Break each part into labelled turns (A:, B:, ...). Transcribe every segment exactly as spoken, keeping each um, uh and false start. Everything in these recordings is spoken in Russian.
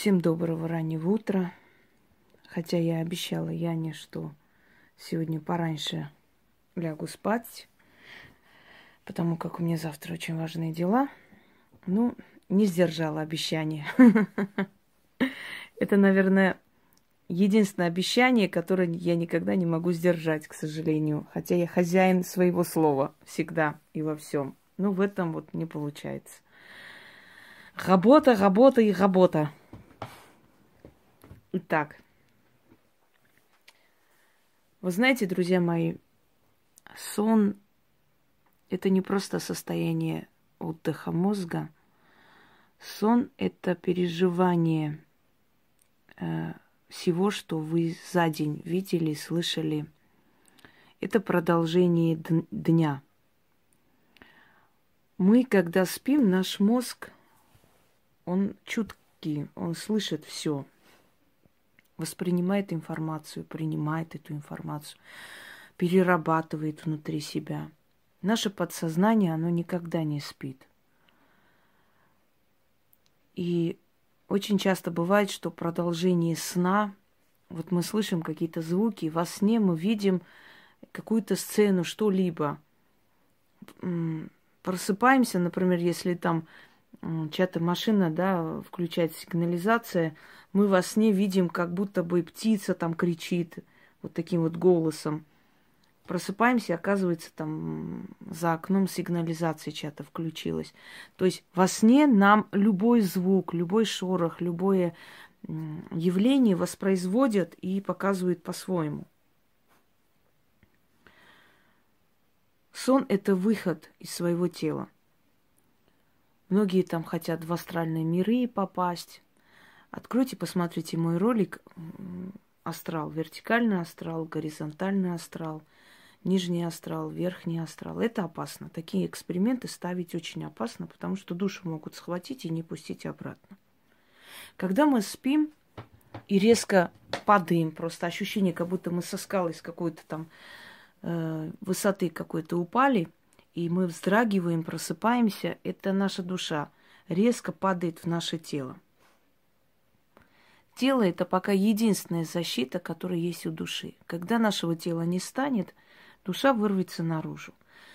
A: Всем доброго раннего утра. Хотя я обещала Яне, что сегодня пораньше лягу спать, потому как у меня завтра очень важные дела. Ну, не сдержала обещание. Это, наверное, единственное обещание, которое я никогда не могу сдержать, к сожалению. Хотя я хозяин своего слова всегда и во всем. Но в этом вот не получается. Работа, работа и работа. Итак, вы знаете, друзья мои, сон – это не просто состояние отдыха мозга. Сон – это переживание э, всего, что вы за день видели, слышали. Это продолжение дня. Мы, когда спим, наш мозг, он чуткий, он слышит все, воспринимает информацию, принимает эту информацию, перерабатывает внутри себя. Наше подсознание, оно никогда не спит. И очень часто бывает, что продолжение сна, вот мы слышим какие-то звуки, во сне мы видим какую-то сцену, что-либо. Просыпаемся, например, если там чья-то машина, да, включает сигнализация, мы во сне видим, как будто бы птица там кричит вот таким вот голосом. Просыпаемся, и оказывается, там за окном сигнализация чья-то включилась. То есть во сне нам любой звук, любой шорох, любое явление воспроизводят и показывают по-своему. Сон – это выход из своего тела. Многие там хотят в астральные миры попасть. Откройте, посмотрите мой ролик «Астрал», вертикальный астрал, горизонтальный астрал, нижний астрал, верхний астрал. Это опасно. Такие эксперименты ставить очень опасно, потому что душу могут схватить и не пустить обратно. Когда мы спим и резко падаем, просто ощущение, как будто мы со скалы с какой-то там э, высоты какой-то упали, и мы вздрагиваем, просыпаемся, это наша душа резко падает в наше тело. Тело – это пока единственная защита, которая есть у души. Когда нашего тела не станет, душа вырвется наружу.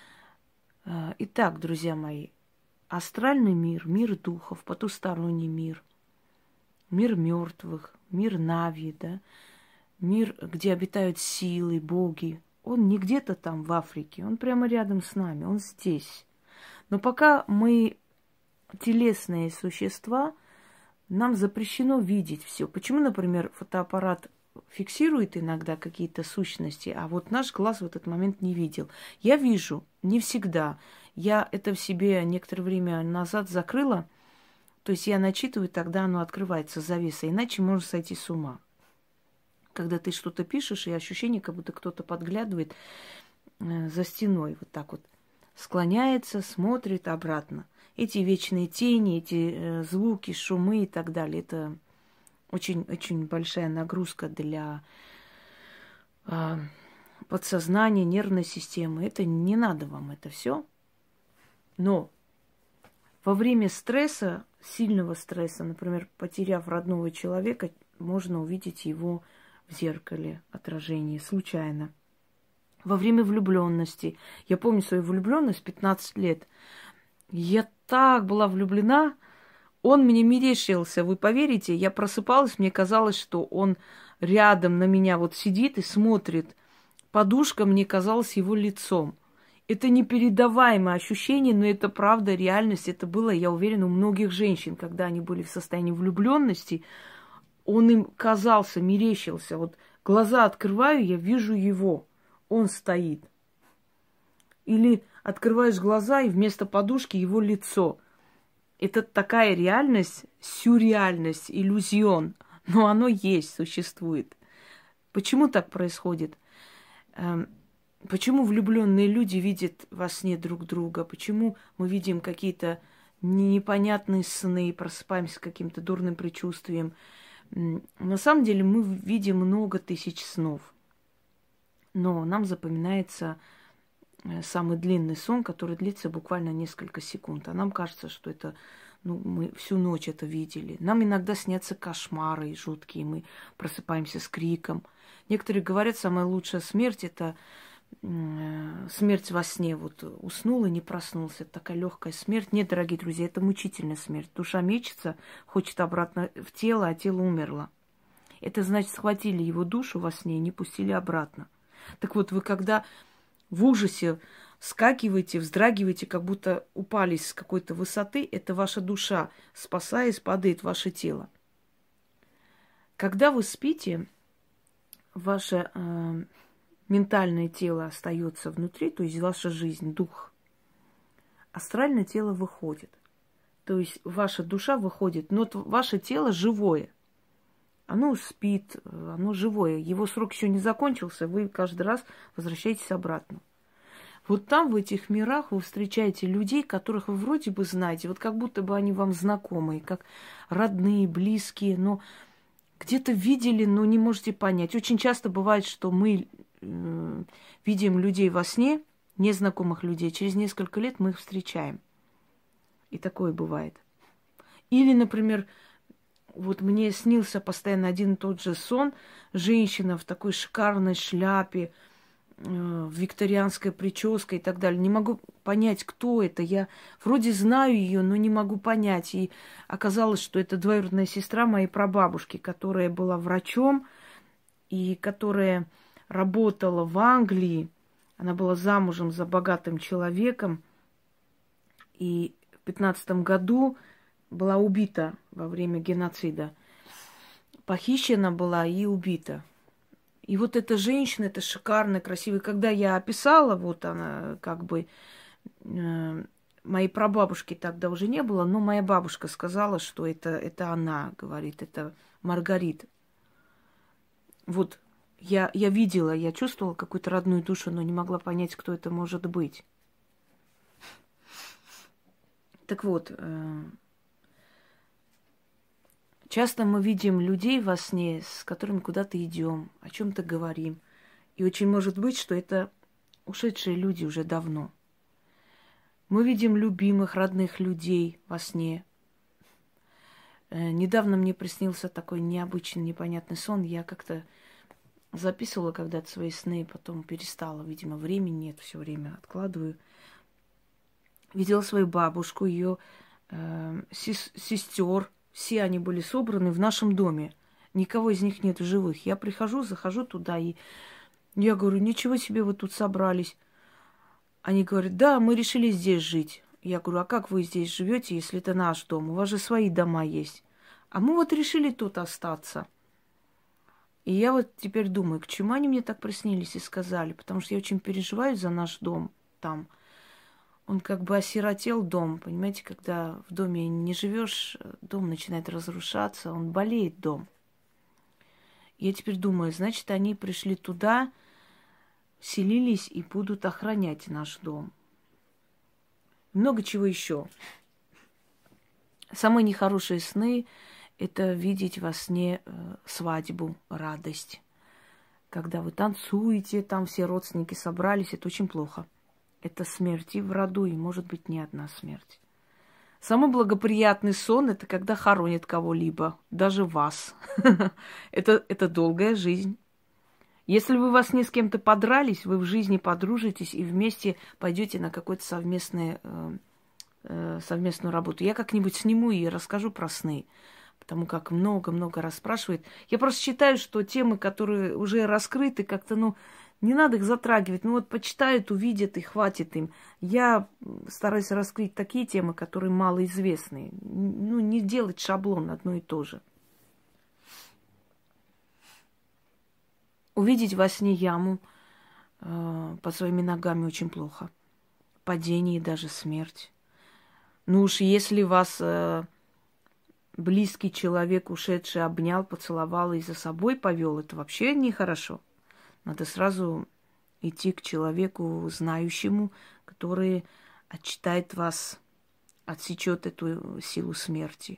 A: Итак, друзья мои, астральный мир, мир духов, потусторонний мир, мир мертвых, мир Нави, да, мир, где обитают силы, боги, он не где-то там в Африке, он прямо рядом с нами, он здесь. Но пока мы телесные существа, нам запрещено видеть все. Почему, например, фотоаппарат фиксирует иногда какие-то сущности, а вот наш глаз в этот момент не видел? Я вижу, не всегда. Я это в себе некоторое время назад закрыла, то есть я начитываю, тогда оно открывается, завеса, иначе можно сойти с ума. Когда ты что-то пишешь, и ощущение, как будто кто-то подглядывает э, за стеной, вот так вот склоняется, смотрит обратно. Эти вечные тени, эти э, звуки, шумы и так далее, это очень-очень большая нагрузка для э, подсознания, нервной системы. Это не надо вам это все. Но во время стресса, сильного стресса, например, потеряв родного человека, можно увидеть его в зеркале отражение случайно. Во время влюбленности. Я помню свою влюбленность пятнадцать лет. Я так была влюблена, он мне мерещился. Вы поверите, я просыпалась, мне казалось, что он рядом на меня вот сидит и смотрит. Подушка мне казалась его лицом. Это непередаваемое ощущение, но это правда, реальность. Это было, я уверена, у многих женщин, когда они были в состоянии влюбленности. Он им казался, мерещился. Вот глаза открываю, я вижу его. Он стоит. Или открываешь глаза, и вместо подушки его лицо. Это такая реальность, сюрреальность, иллюзион. Но оно есть, существует. Почему так происходит? Почему влюбленные люди видят во сне друг друга? Почему мы видим какие-то непонятные сны и просыпаемся с каким-то дурным предчувствием? На самом деле мы видим много тысяч снов. Но нам запоминается самый длинный сон, который длится буквально несколько секунд. А нам кажется, что это Ну, мы всю ночь это видели. Нам иногда снятся кошмары жуткие, мы просыпаемся с криком. Некоторые говорят, самая лучшая смерть – это э, смерть во сне. Вот уснул и не проснулся. Это такая легкая смерть. Нет, дорогие друзья, это мучительная смерть. Душа мечется, хочет обратно в тело, а тело умерло. Это значит, схватили его душу во сне и не пустили обратно. Так вот, вы когда в ужасе вскакиваете, вздрагиваете, как будто упались с какой-то высоты, это ваша душа, спасаясь, падает в ваше тело. Когда вы спите, ваше э, ментальное тело остается внутри, то есть ваша жизнь, дух. Астральное тело выходит. То есть ваша душа выходит, но ваше тело живое. Оно спит, оно живое. Его срок еще не закончился, вы каждый раз возвращаетесь обратно. Вот там, в этих мирах, вы встречаете людей, которых вы вроде бы знаете, вот как будто бы они вам знакомые, как родные, близкие, но где-то видели, но не можете понять. Очень часто бывает, что мы э, видим людей во сне, незнакомых людей, через несколько лет мы их встречаем. И такое бывает. Или, например, вот мне снился постоянно один и тот же сон. Женщина в такой шикарной шляпе, в викторианской прическе и так далее. Не могу понять, кто это. Я вроде знаю ее, но не могу понять. И оказалось, что это двоюродная сестра моей прабабушки, которая была врачом и которая работала в Англии. Она была замужем за богатым человеком. И в пятнадцатом году была убита во время геноцида. Похищена была и убита. И вот эта женщина, это шикарная, красивая. Когда я описала, вот она как бы... Э, моей прабабушки тогда уже не было, но моя бабушка сказала, что это, это она, говорит, это Маргарита. Вот я, я видела, я чувствовала какую-то родную душу, но не могла понять, кто это может быть. Так вот... Э, Часто мы видим людей во сне, с которыми куда-то идем, о чем-то говорим. И очень может быть, что это ушедшие люди уже давно. Мы видим любимых, родных людей во сне. Недавно мне приснился такой необычный, непонятный сон. Я как-то записывала когда-то свои сны, потом перестала. Видимо, времени нет, все время откладываю. Видела свою бабушку, ее э, сес- сестер. Все они были собраны в нашем доме. Никого из них нет в живых. Я прихожу, захожу туда, и я говорю, ничего себе, вы тут собрались. Они говорят, да, мы решили здесь жить. Я говорю, а как вы здесь живете, если это наш дом? У вас же свои дома есть. А мы вот решили тут остаться. И я вот теперь думаю, к чему они мне так приснились и сказали. Потому что я очень переживаю за наш дом там. Он как бы осиротел дом, понимаете, когда в доме не живешь, дом начинает разрушаться, он болеет дом. Я теперь думаю, значит, они пришли туда, селились и будут охранять наш дом. Много чего еще. Самые нехорошие сны – это видеть во сне свадьбу, радость. Когда вы танцуете, там все родственники собрались, это очень плохо. Это смерть и в роду, и может быть не одна смерть. Самый благоприятный сон – это когда хоронят кого-либо, даже вас. это, это долгая жизнь. Если вы вас не с кем-то подрались, вы в жизни подружитесь и вместе пойдете на какую-то совместную, э, э, совместную работу. Я как-нибудь сниму и расскажу про сны, потому как много-много раз спрашивают. Я просто считаю, что темы, которые уже раскрыты, как-то, ну, не надо их затрагивать. Ну вот почитают, увидят и хватит им. Я стараюсь раскрыть такие темы, которые малоизвестны. Ну, не делать шаблон одно и то же. Увидеть во сне яму э, под своими ногами очень плохо. Падение и даже смерть. Ну уж если вас э, близкий человек, ушедший, обнял, поцеловал и за собой повел, это вообще нехорошо. Надо сразу идти к человеку, знающему, который отчитает вас, отсечет эту силу смерти.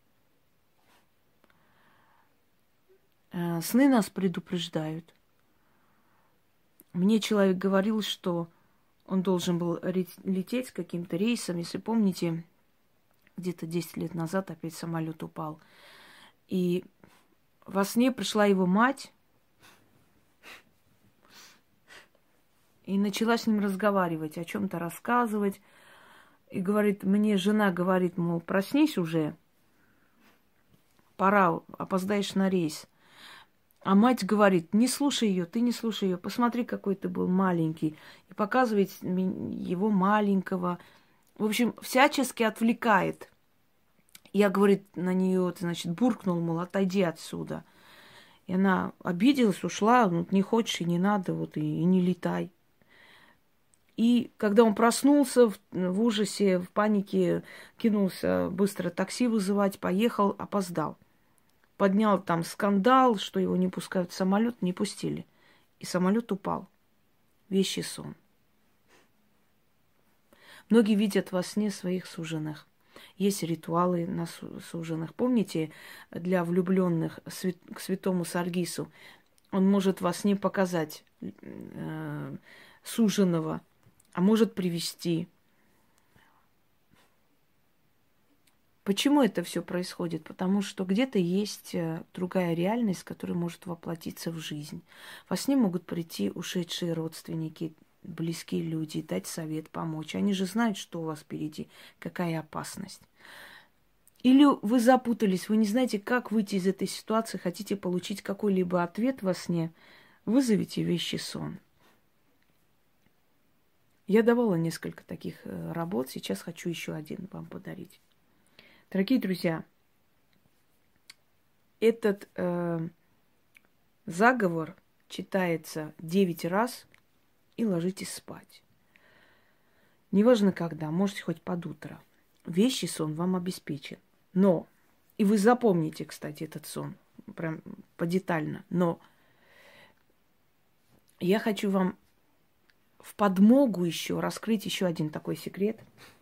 A: Сны нас предупреждают. Мне человек говорил, что он должен был лететь с каким-то рейсом. Если помните, где-то десять лет назад опять самолет упал. И во сне пришла его мать и начала с ним разговаривать, о чем-то рассказывать. И говорит, мне жена говорит, мол, проснись уже, пора, опоздаешь на рейс. А мать говорит, не слушай ее, ты не слушай ее, посмотри, какой ты был маленький. И показывает его маленького. В общем, всячески отвлекает. Я, говорит, на нее, значит, буркнул, мол, отойди отсюда. И она обиделась, ушла, ну, не хочешь и не надо, вот, и, и не летай. И когда он проснулся в, в ужасе, в панике, кинулся быстро такси вызывать, поехал, опоздал. Поднял там скандал, что его не пускают в самолет, не пустили. И самолет упал. Вещий сон. Многие видят во сне своих суженых. Есть ритуалы на суженых. Помните, для влюбленных к святому Саргису он может во сне показать э, суженого, а может привести. Почему это все происходит? Потому что где-то есть другая реальность, которая может воплотиться в жизнь. Во сне могут прийти ушедшие родственники, близкие люди, дать совет, помочь. Они же знают, что у вас впереди, какая опасность. Или вы запутались, вы не знаете, как выйти из этой ситуации, хотите получить какой-либо ответ во сне, вызовите вещий сон. Я давала несколько таких работ, сейчас хочу еще один вам подарить. Дорогие друзья, этот э, заговор читается девять раз и ложитесь спать. Неважно когда, можете хоть под утро. Вещий сон вам обеспечен. Но, и вы запомните, кстати, этот сон, прям подетально, но я хочу вам в подмогу еще раскрыть еще один такой секрет.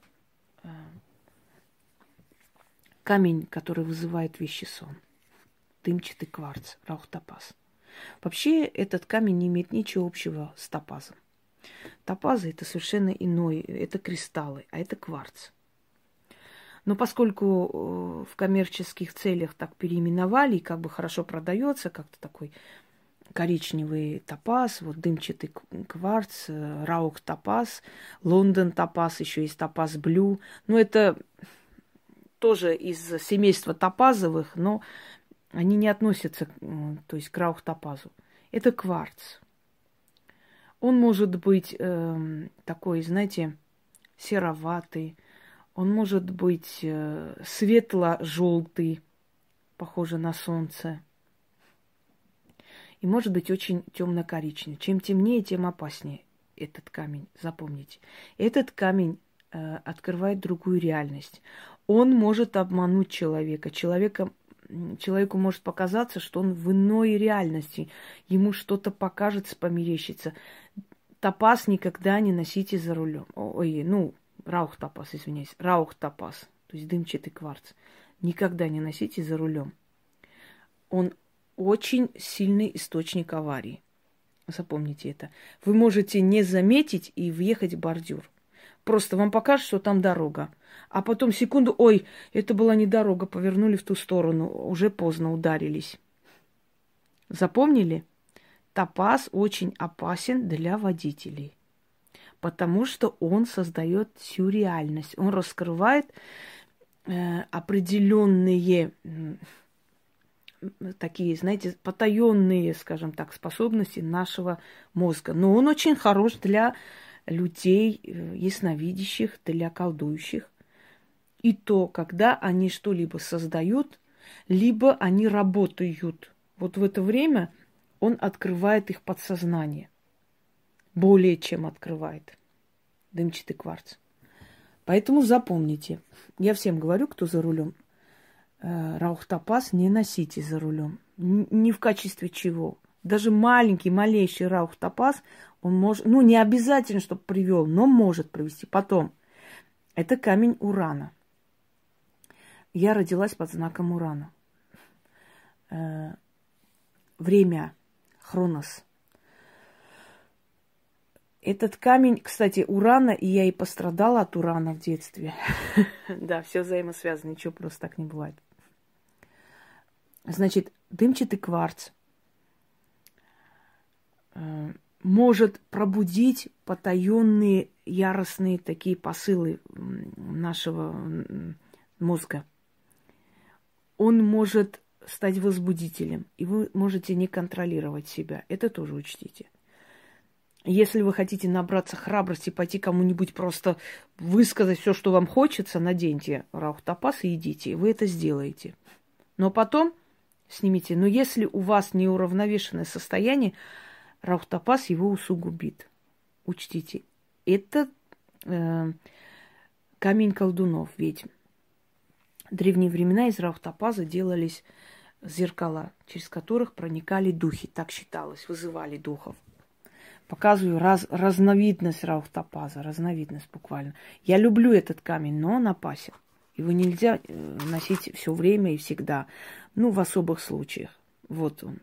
A: Камень, который вызывает вещий сон. Дымчатый кварц, раухтопаз. Вообще этот камень не имеет ничего общего с топазом. Топазы – это совершенно иной, это кристаллы, а это кварц. Но поскольку в коммерческих целях так переименовали, и как бы хорошо продается, как-то такой коричневый топаз, вот дымчатый кварц, раух-топаз, Лондон-топаз, еще есть топаз-блю. Но это тоже из семейства топазовых, но они не относятся, то есть, к раух-топазу. Это кварц. Он может быть э, такой, знаете, сероватый, он может быть э, светло-желтый, похожий на солнце, и может быть очень темно-коричневый. Чем темнее, тем опаснее этот камень, запомните. Этот камень э, открывает другую реальность. Он может обмануть человека. Человека. Человеку может показаться, что он в иной реальности. Ему что-то покажется, померещится. Топаз никогда не носите за рулем. Ой, ну, раух-топаз, извиняюсь. Раух-топаз, то есть дымчатый кварц. Никогда не носите за рулем. Он очень сильный источник аварии. Запомните это. Вы можете не заметить и въехать в бордюр. Просто вам покажут, что там дорога. А потом секунду, ой, это была не дорога, повернули в ту сторону, уже поздно ударились. Запомнили? Топаз очень опасен для водителей, потому что он создает сюрреальность. Он раскрывает э, определенные э, такие, знаете, потаенные, скажем так, способности нашего мозга. Но он очень хорош для людей э, ясновидящих, для колдующих. И то, когда они что-либо создают, либо они работают. Вот в это время он открывает их подсознание. Более чем открывает дымчатый кварц. Поэтому запомните. Я всем говорю, кто за рулем, э, раух-топаз не носите за рулем. Н- ни в качестве чего. Даже маленький, малейший раух-топаз, он может, ну не обязательно, чтобы привел, но может привести. Потом, это камень Урана. Я родилась под знаком Урана. Э, время, хронос. Этот камень, кстати, урана, и я и пострадала от урана в детстве. Да, все взаимосвязано, ничего просто так не бывает. Значит, дымчатый кварц может пробудить потаенные яростные такие посылы нашего мозга. Он может стать возбудителем, и вы можете не контролировать себя. Это тоже учтите. Если вы хотите набраться храбрости, пойти кому-нибудь просто высказать все, что вам хочется, наденьте раухтапас и идите. Вы это сделаете. Но потом снимите. Но если у вас неуравновешенное состояние, раухтапас его усугубит. Учтите. Это э, камень колдунов, ведьм. В древние времена из раухтапаза делались зеркала, через которых проникали духи. Так считалось, вызывали духов. Показываю раз, разновидность раухтапаза, разновидность буквально. Я люблю этот камень, но он опасен. Его нельзя носить все время и всегда. Ну, в особых случаях. Вот он.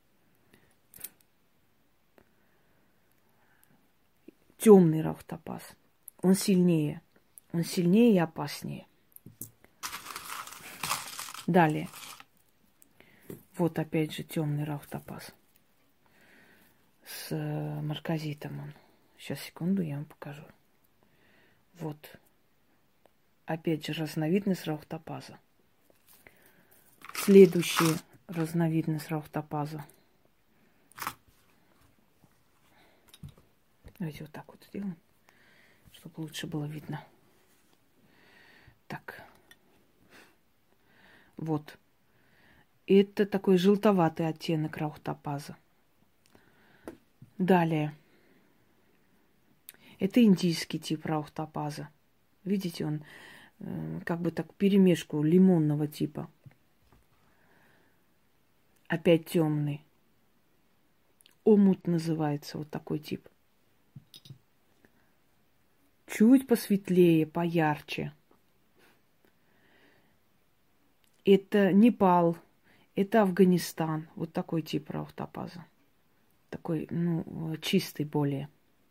A: Темный раухтапаз. Он сильнее. Он сильнее и опаснее. Далее. Вот опять же темный раухтапаз. С э, марказитом он. Сейчас, секунду, я вам покажу. Вот. Опять же разновидность раухтапаза. Следующая разновидность раухтапаза. Давайте вот так вот сделаем, чтобы лучше было видно. Так. Вот. Это такой желтоватый оттенок раухтапаза. Далее. Это индийский тип раухтапаза. Видите, он э, как бы так перемешку лимонного типа. Опять темный. Омут называется вот такой тип. Чуть посветлее, поярче. Это Непал, это Афганистан. Вот такой тип раухтапаза. Такой, ну, чистый более.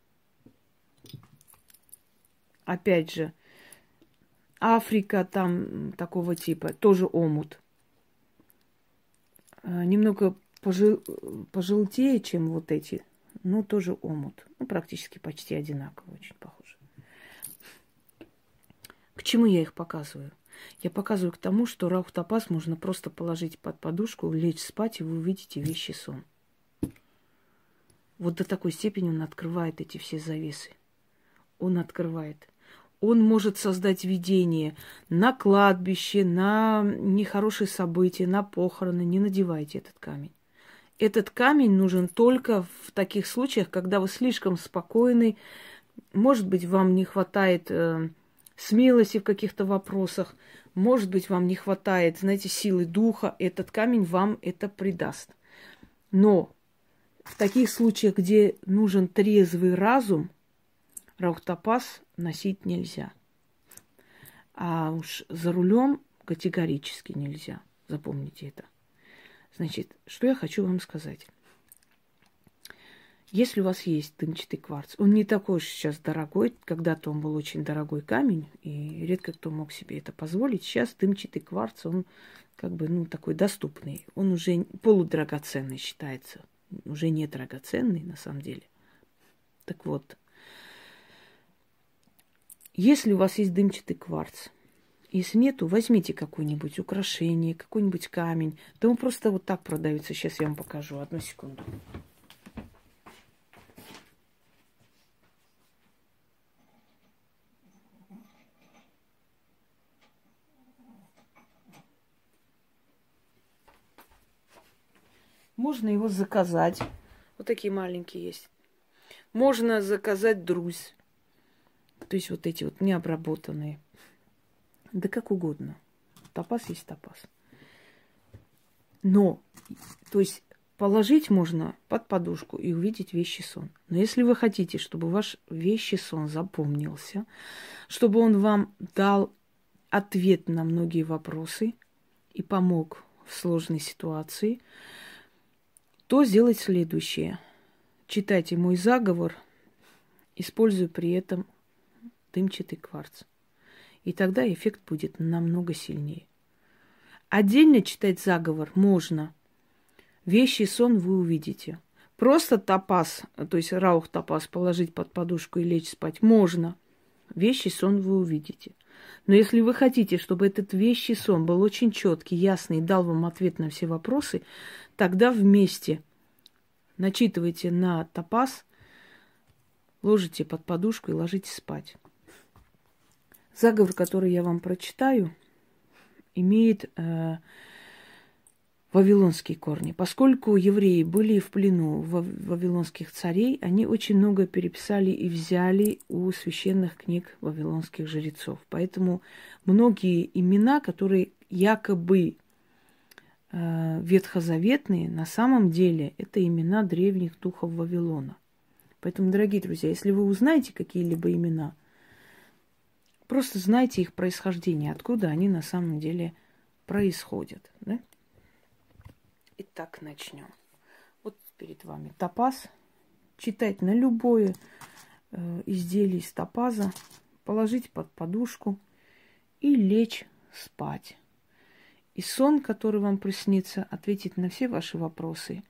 A: Опять же, Африка там такого типа, тоже омут. Немного пожел... пожелтее, чем вот эти, но тоже омут. Ну, практически почти одинаково, очень похоже. К чему я их показываю? Я показываю к тому, что раухтапаз можно просто положить под подушку, лечь спать, и вы увидите вещий сон. Вот до такой степени он открывает эти все завесы. Он открывает. Он может создать видение на кладбище, на нехорошие события, на похороны. Не надевайте этот камень. Этот камень нужен только в таких случаях, когда вы слишком спокойны. Может быть, вам не хватает э, смелости в каких-то вопросах. Может быть, вам не хватает, знаете, силы духа. Этот камень вам это придаст. Но в таких случаях, где нужен трезвый разум, раухтапаз носить нельзя. А уж за рулем категорически нельзя. Запомните это. Значит, что я хочу вам сказать. Если у вас есть дымчатый кварц, он не такой уж сейчас дорогой. Когда-то он был очень дорогой камень, и редко кто мог себе это позволить. Сейчас дымчатый кварц, он как бы, ну, такой доступный. Он уже полудрагоценный считается. Уже не драгоценный на самом деле. Так вот. Если у вас есть дымчатый кварц, если нету, возьмите какое-нибудь украшение, какой-нибудь камень. Да он просто вот так продается. Сейчас я вам покажу. Одну секунду. Можно его заказать. Вот такие маленькие есть. Можно заказать друзь. То есть вот эти вот необработанные. Да как угодно. Топаз есть топаз. Но, то есть положить можно под подушку и увидеть вещий сон. Но если вы хотите, чтобы ваш вещий сон запомнился, чтобы он вам дал ответ на многие вопросы и помог в сложной ситуации, то сделать следующее. Читайте мой заговор используя при этом дымчатый кварц. И тогда эффект будет намного сильнее. Отдельно читать заговор можно. Вещий сон вы увидите. Просто топаз, то есть раух топаз положить под подушку и лечь спать можно. Вещий сон вы увидите. Но если вы хотите, чтобы этот вещий сон был очень четкий, ясный и дал вам ответ на все вопросы, тогда вместе начитывайте на топаз, ложите под подушку и ложитесь спать. Заговор, который я вам прочитаю, имеет э, вавилонские корни. Поскольку евреи были в плену вавилонских царей, они очень много переписали и взяли у священных книг вавилонских жрецов. Поэтому многие имена, которые якобы э, ветхозаветные, на самом деле это имена древних духов Вавилона. Поэтому, дорогие друзья, если вы узнаете какие-либо имена, просто знайте их происхождение, откуда они на самом деле происходят. Да? Итак, начнем. Вот перед вами топаз. Читать на любое э, изделие из топаза, положить под подушку и лечь спать. И сон, который вам приснится, ответит на все ваши вопросы.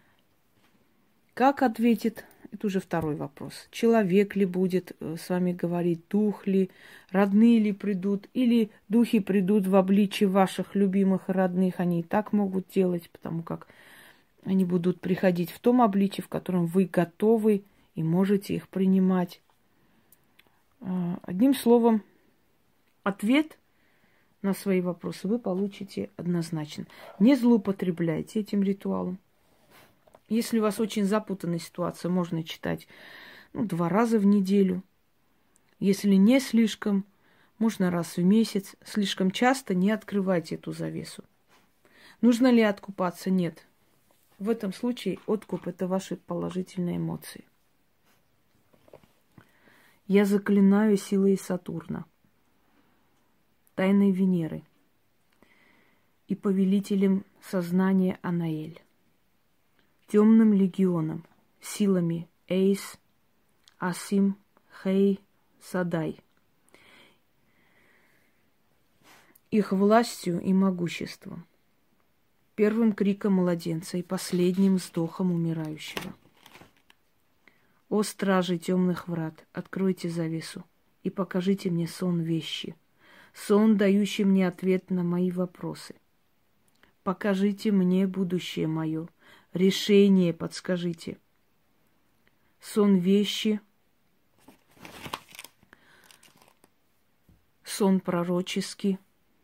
A: Как ответит? Это уже второй вопрос. Человек ли будет с вами говорить, дух ли, родные ли придут, или духи придут в обличии ваших любимых и родных. Они и так могут делать, потому как они будут приходить в том обличии, в котором вы готовы и можете их принимать. Одним словом, ответ на свои вопросы вы получите однозначно. Не злоупотребляйте этим ритуалом. Если у вас очень запутанная ситуация, можно читать ну, два раза в неделю. Если не слишком, можно раз в месяц. Слишком часто не открывайте эту завесу. Нужно ли откупаться? Нет. В этом случае откуп – это ваши положительные эмоции. Я заклинаю силой Сатурна, тайной Венеры и повелителем сознания Анаэль, темным легионом, силами Эйс, Асим, Хей, Садай, их властью и могуществом, первым криком младенца и последним вздохом умирающего. О, стражи темных врат, откройте завесу и покажите мне сон вещи, сон, дающий мне ответ на мои вопросы. Покажите мне будущее мое, решение подскажите. Сон вещи, сон пророческий.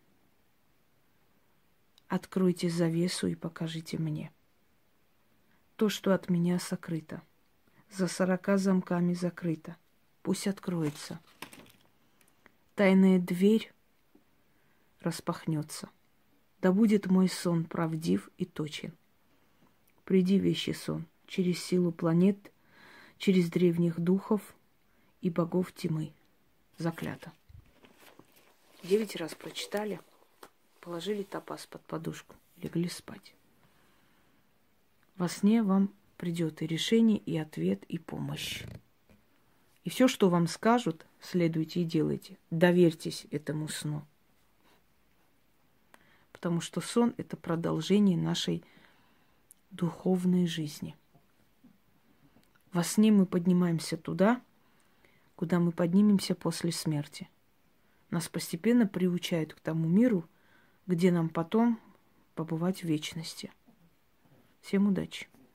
A: Откройте завесу и покажите мне то, что от меня сокрыто, за сорока замками закрыто. Пусть откроется. Тайная дверь распахнется. Да будет мой сон правдив и точен. Приди, вещий сон, через силу планет, через древних духов и богов тьмы. Заклято. Девять раз прочитали, положили топаз под подушку, легли спать. Во сне вам придет и решение, и ответ, и помощь. И все, что вам скажут, следуйте и делайте. Доверьтесь этому сну. Потому что сон – это продолжение нашей духовной жизни. Во сне мы поднимаемся туда, куда мы поднимемся после смерти. Нас постепенно приучают к тому миру, где нам потом побывать в вечности. Всем удачи!